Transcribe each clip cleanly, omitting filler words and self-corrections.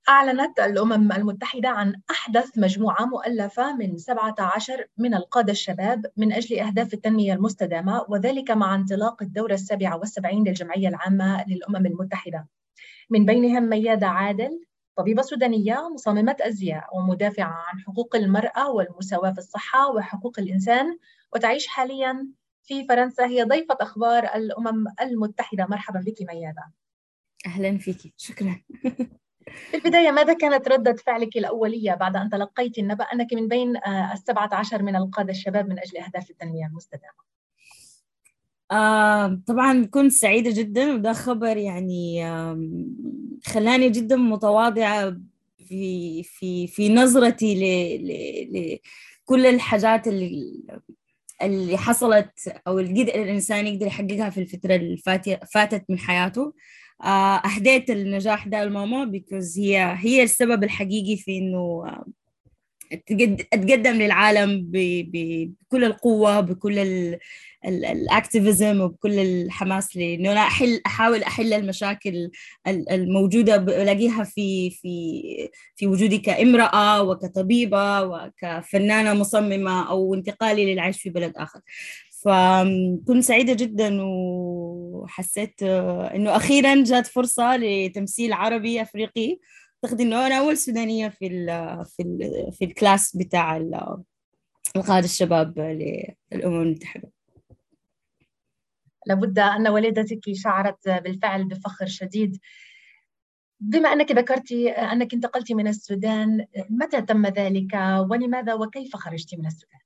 أعلنت الأمم المتحدة عن أحدث مجموعة مؤلفة من 17 من القادة الشباب من أجل أهداف التنمية المستدامة، وذلك مع انطلاق الدورة 77 للجمعية العامة للأمم المتحدة. من بينهم ميادة عادل، طبيبة سودانية مصممة أزياء ومدافعة عن حقوق المرأة والمساواة في الصحة وحقوق الإنسان، وتعيش حالياً في فرنسا. هي ضيفة أخبار الأمم المتحدة. مرحبا بك ميادة. أهلا فيك، شكرا. في البداية، ماذا كانت ردة فعلك الأولية بعد أن تلقيت النبأ أنك من بين 17 من القادة الشباب من أجل أهداف التنمية المستدامة؟ طبعا كنت سعيدة جدا، وده خبر يعني خلاني جدا متواضعة في نظرتي لكل الحاجات اللي حصلت أو اللي قدر الإنسان يقدر يحققها في الفترة اللي فاتت من حياته. أهديت النجاح ده لماما because هي السبب الحقيقي في إنه أتقدم للعالم بكل القوة، بكل الاكتيفيزم وبكل الحماس لأنه أنا أحاول أحل المشاكل الموجودة بلاقيها في وجودي كامرأة وكطبيبة وكفنانة مصممة أو انتقالي للعيش في بلد آخر. فكنت سعيدة جدا وحسيت إنه أخيرا جات فرصة لتمثيل عربي أفريقي. أعتقد إنه أنا أول سودانية في الكلاس بتاع القادة الشباب للأمم المتحدة. لابد أن والدتك شعرت بالفعل بفخر شديد. بما أنك ذكرتي أنك انتقلت من السودان، متى تم ذلك ولماذا وكيف خرجت من السودان؟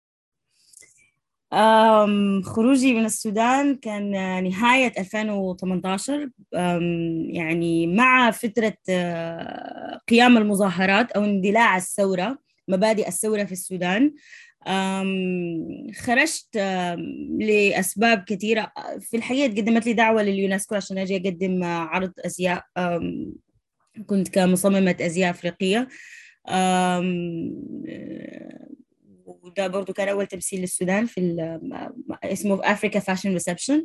خروجي من السودان كان نهاية 2018، يعني مع فترة قيام المظاهرات أو اندلاع الثورة، مبادئ الثورة في السودان. خرجت لأسباب كثيرة. في الحقيقة قدمت لي دعوة لليونسكو عشان أجي أقدم عرض أزياء. كنت كمصممة أزياء أفريقية. وده برضو كان أول تمثيل للسودان في اسمه أفريكا فاشن ريسبشن.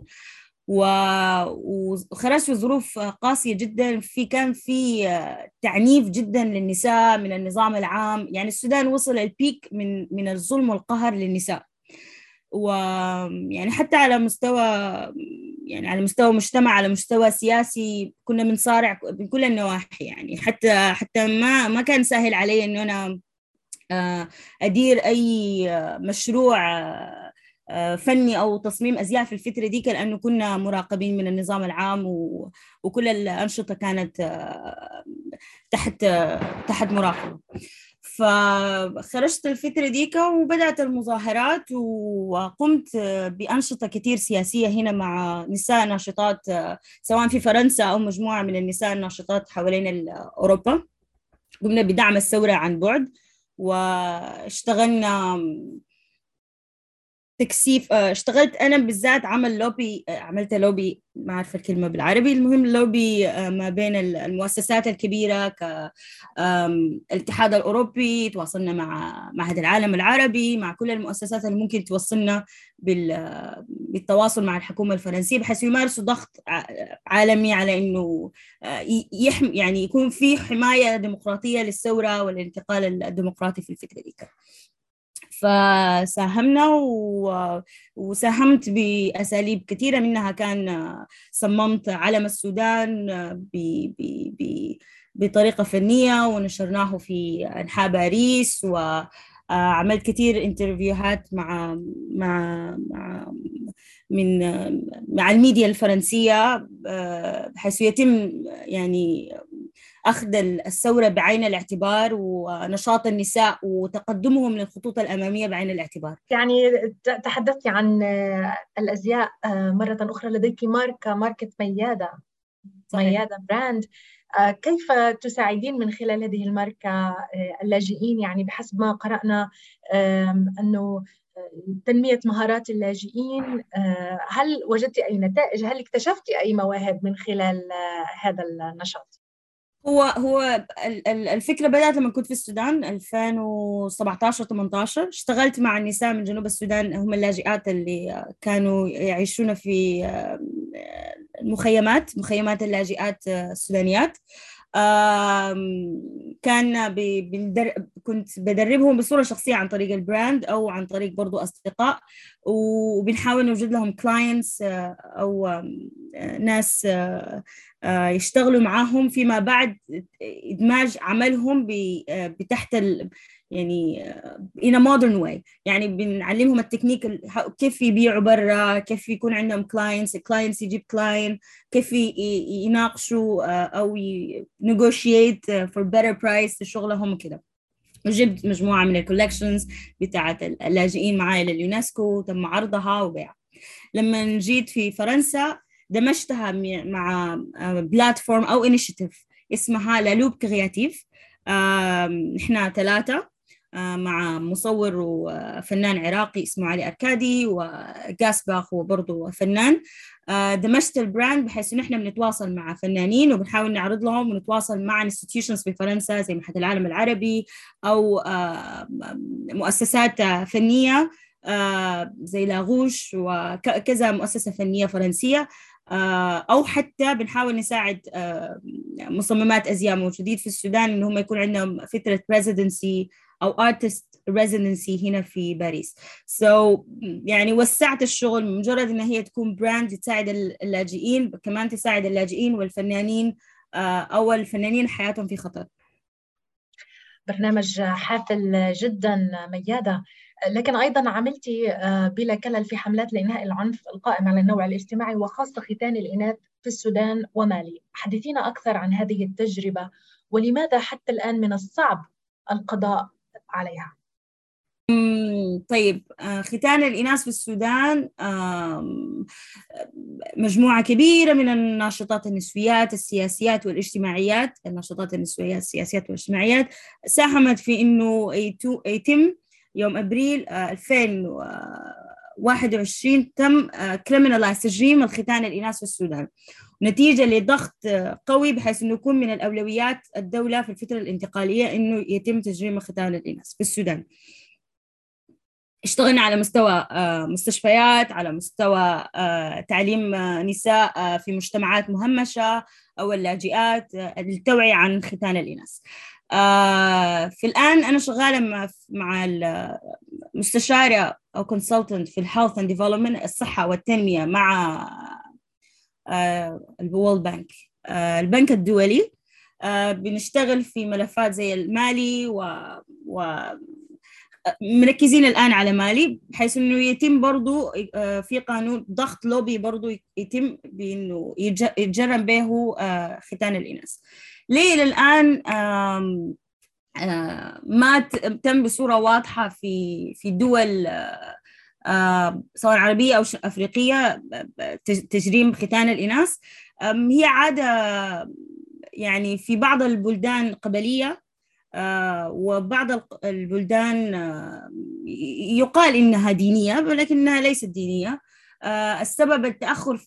وخرجت في ظروف قاسية جدا، كان في تعنيف جدا للنساء من النظام العام. يعني السودان وصل البيك من الظلم والقهر للنساء، ويعني حتى على مستوى، يعني على مستوى مجتمع، على مستوى سياسي، كنا بنصارع من كل النواحي. يعني حتى ما كان سهل علي إنه أنا أدير أي مشروع فني أو تصميم أزياء في الفترة دي، لأنه كنا مراقبين من النظام العام، وكل الأنشطة كانت تحت مراقبة. فخرجت الفترة ديك وبدأت المظاهرات، وقمت بأنشطة كتير سياسية هنا مع نساء ناشطات، سواء في فرنسا أو مجموعة من النساء الناشطات حوالين أوروبا. قمنا بدعم الثورة عن بعد، واشتغلنا تكثيف. اشتغلت أنا بالذات عمل لوبي، عملت لوبي، ما أعرف الكلمة بالعربي، المهم لوبي ما بين المؤسسات الكبيرة كالاتحاد الأوروبي. تواصلنا مع معهد العالم العربي، مع كل المؤسسات اللي ممكن توصلنا بالتواصل مع الحكومة الفرنسية، بحيث يمارسوا ضغط عالمي على إنه يعني يكون في حماية ديمقراطية للثورة والانتقال الديمقراطي في الفترة دي. فساهمنا وساهمت بأساليب كثيرة، منها كان صممت علم السودان بطريقة فنية ونشرناه في أنحاء باريس، وعملت كثير انترفيوهات من مع الميديا الفرنسية، بحيث يتم يعني أخذ الثورة بعين الاعتبار، ونشاط النساء وتقدمهم للخطوط الأمامية بعين الاعتبار. يعني تحدثت عن الأزياء مرة أخرى. لديك ماركة ميادة. صحيح. ميادة براند. كيف تساعدين من خلال هذه الماركة اللاجئين؟ يعني بحسب ما قرأنا أنه تنمية مهارات اللاجئين. هل وجدت أي نتائج؟ هل اكتشفت أي مواهب من خلال هذا النشاط؟ هو الفكرة بدأت لما كنت في السودان 2017-18. اشتغلت مع النساء من جنوب السودان، هم اللاجئات اللي كانوا يعيشون في مخيمات اللاجئات السودانيات. كنت بدربهم بصورة شخصية عن طريق البراند أو عن طريق برضو أصدقاء، وبنحاول نوجد لهم كلاينتس أو ناس يشتغلوا معاهم فيما بعد إدماج عملهم بتحت يعني in a modern way. يعني بنعلمهم التكنيك كيف يبيعوا برا، كيف يكون عندهم كلاينتس يجيب كلاين، كيف يناقشوا أو negotiate for better price لشغلهم كده. وجبت مجموعة من الكولكشنز بتاعت اللاجئين معايا لليونسكو، تم عرضها وبيع. لما جيت في فرنسا دمجتها مع بلاتفورم أو انيشيتيف اسمها لالوب كرياتيف. إحنا 3 مع مصور وفنان عراقي اسمه علي أركادي، وجاسباخ وبرضه فنان. دمجت البراند بحيث إنه إحنا بنتواصل مع فنانين وبنحاول نعرض لهم، ونتواصل مع institutions في فرنسا زي معهد العالم العربي أو مؤسسات فنية زي لاغوش وكذا مؤسسة فنية فرنسية، أو حتى بنحاول نساعد مصممات أزياء موجودين في السودان إن هم يكون عندهم فترة residency أو artist residency هنا في باريس. يعني وسعت الشغل، من مجرد إن هي تكون براند تساعد اللاجئين، كمان تساعد اللاجئين والفنانين أو الفنانين حياتهم في خطر. برنامج حافل جدا ميادة، لكن أيضا عملتي بلا كلل في حملات لإنهاء العنف القائم على النوع الاجتماعي وخاصة ختان الإناث في السودان ومالي. حدثينا أكثر عن هذه التجربة، ولماذا حتى الآن من الصعب القضاء عليها؟ طيب، ختان الإناث في السودان مجموعة كبيرة من الناشطات النسويات السياسيات والاجتماعيات، الناشطات النسويات السياسيات والاجتماعيات ساهمت في إنه يتم يوم أبريل 2021 تم criminalize تجريم الختان الإناث في السودان، نتيجة لضغط قوي بحيث إنه يكون من الأولويات الدولة في الفترة الانتقالية إنه يتم تجريم ختان الإناث في السودان. اشتغلنا على مستوى مستشفيات، على مستوى تعليم نساء في مجتمعات مهمشة أو اللاجئات، للتوعية عن ختان الإناث. في الآن أنا شغالة مع المستشارة أو consultant في Health and Development الصحة والتنمية مع الوورلد بانك، البنك الدولي. بنشتغل في ملفات زي المالي مركزين الآن على مالي، بحيث إنه يتم برضو في قانون ضغط لوبي برضو يتم بإنه يتجرم به ختان الإناث. ليه للآن ما تم بصورة واضحة في دول سواء عربية أو أفريقية تجريم ختان الإناث؟ هي عادة يعني في بعض البلدان قبلية، وبعض البلدان يقال إنها دينية ولكنها ليست دينية. السبب التأخر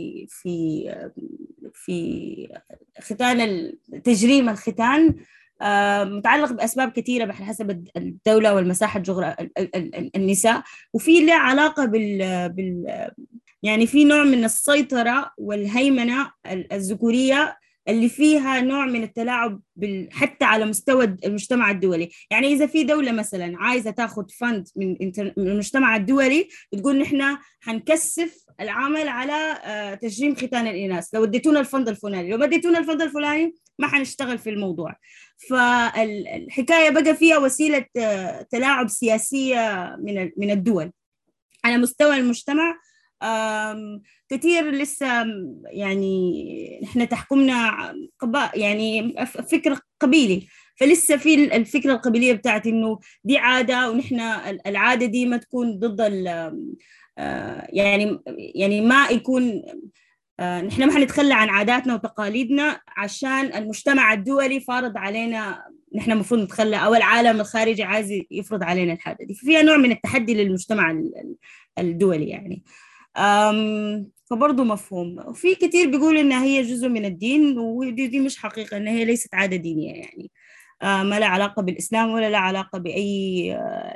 في ختان تجريم الختان متعلق بأسباب كثيرة بحسب الدولة والمساحة النساء، وفي له علاقة يعني في نوع من السيطرة والهيمنة الذكورية اللي فيها نوع من التلاعب حتى على مستوى المجتمع الدولي. يعني إذا في دولة مثلا عايزة تاخد فند من المجتمع الدولي بتقول نحن هنكثف العمل على تجريم ختان الإناث لو اديتونا الفند الفلاني، لو ما اديتونا الفند الفلاني ما حنشتغل في الموضوع. فالحكاية بقى فيها وسيلة تلاعب سياسية من الدول على مستوى المجتمع. كثير لسه يعني احنا تحكمنا يعني فكر قبيلي، فلسه في الفكرة القبلية بتاعت انه دي عادة ونحن العادة دي ما تكون ضد يعني ما يكون نحن ما حنتخلى عن عاداتنا وتقاليدنا عشان المجتمع الدولي فارض علينا نحن المفروض نتخلى، او العالم الخارجي عايز يفرض علينا الحاجة دي. فيها نوع من التحدي للمجتمع الدولي يعني. فبرضه مفهوم. وفي كتير بيقول إنها هي جزء من الدين، ودي مش حقيقة، إنها هي ليست عادة دينية يعني. ما لها علاقة بالإسلام ولا لها علاقة بأي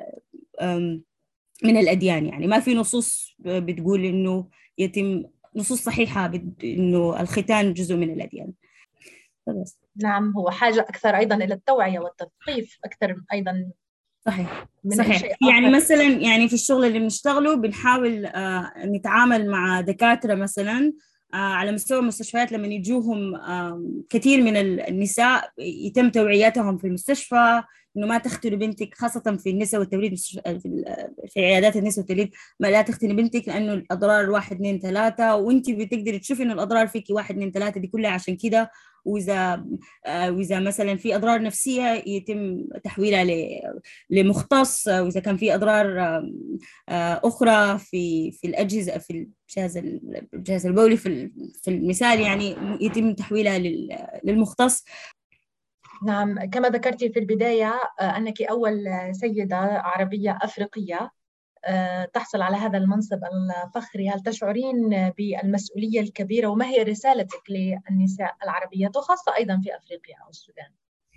من الأديان. يعني ما في نصوص بتقول إنه يتم، نصوص صحيحة إنه الختان جزء من الأديان. بس نعم، هو حاجة أكثر أيضا إلى التوعية والتثقيف أكثر أيضا صحيح من أي صحيح. شيء يعني آخر. مثلا يعني في الشغل اللي بنشتغله بنحاول نتعامل مع دكاترة مثلا على مستوى المستشفيات لما يجوهم كثير من النساء يتم توعيتهم في المستشفى إنه ما تختنوا بنتك، خاصة في النساء والتوليد في عيادات النساء والتوليد، ما لا تختني بنتك لأنه الأضرار واحد اثنين ثلاثة، وأنت بتقدري تشوفي إنه الأضرار فيكي واحد اثنين ثلاثة دي كلها عشان كده. وإذا مثلا في أضرار نفسية يتم تحويلها لمختص، وإذا كان في أضرار أخرى في الأجهزة، في الجهاز البولي في المثال، يعني يتم تحويلها للمختص. نعم، كما ذكرتي في البداية أنك أول سيدة عربية أفريقية تحصل على هذا المنصب الفخري. هل تشعرين بالمسؤولية الكبيرة، وما هي رسالتك للنساء العربيات وخاصة أيضا في أفريقيا أو السودان؟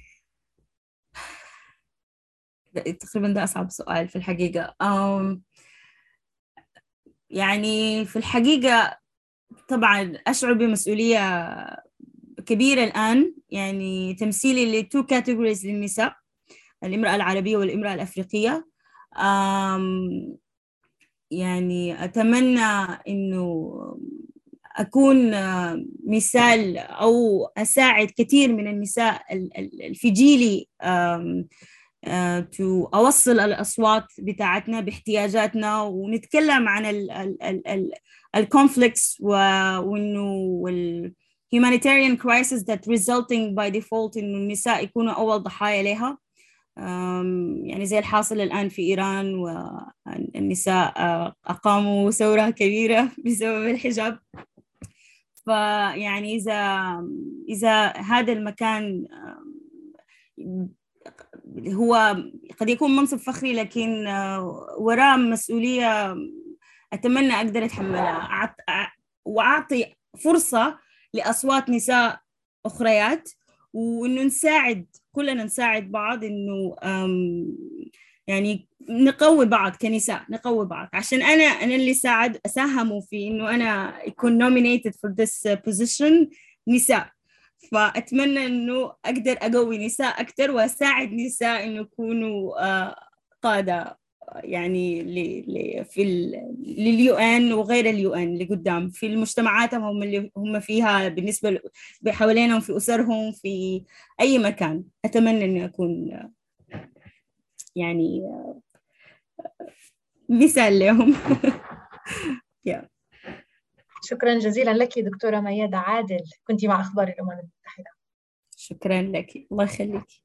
تقريبا ده أصعب سؤال في الحقيقة. يعني في الحقيقة طبعا أشعر بمسؤولية كبيرة الآن، يعني تمثيلي لتو كاتيجوريز للنساء، الامرأة العربية والامرأة الأفريقية. يعني أتمنى إنه أكون مثال أو أساعد كثير من النساء في جيلي أوصل الأصوات بتاعتنا باحتياجاتنا، ونتكلم عن الكونفليكتس وإنه humanitarian crisis that resulting by default إنه النساء يكونوا أول ضحايا لها. يعني زي الحاصل الآن في إيران، والنساء أقاموا ثورة كبيرة بسبب الحجاب. فيعني إذا هذا المكان هو قد يكون منصب فخري، لكن وراه مسؤولية أتمنى أقدر أتحملها، وأعطي فرصة لأصوات نساء أخريات، وإنه كلنا نساعد بعض، إنه يعني نقوي بعض كنساء، نقوي بعض، عشان أنا اللي ساهموا في إنه أنا يكون nominated for this position نساء. فأتمنى إنه أقدر أقوي نساء أكتر وأساعد نساء إنه يكونوا قادة، يعني لليو ان وغير اليو ان اللي قدام في المجتمعات هم اللي هم فيها، بالنسبة حوالينهم، في أسرهم، في أي مكان. أتمنى إني أكون يعني مثال لهم. شكرا جزيلا لك دكتورة ميادة عادل، كنت مع أخبار الأمم المتحدة. شكرا لك، الله يخليك.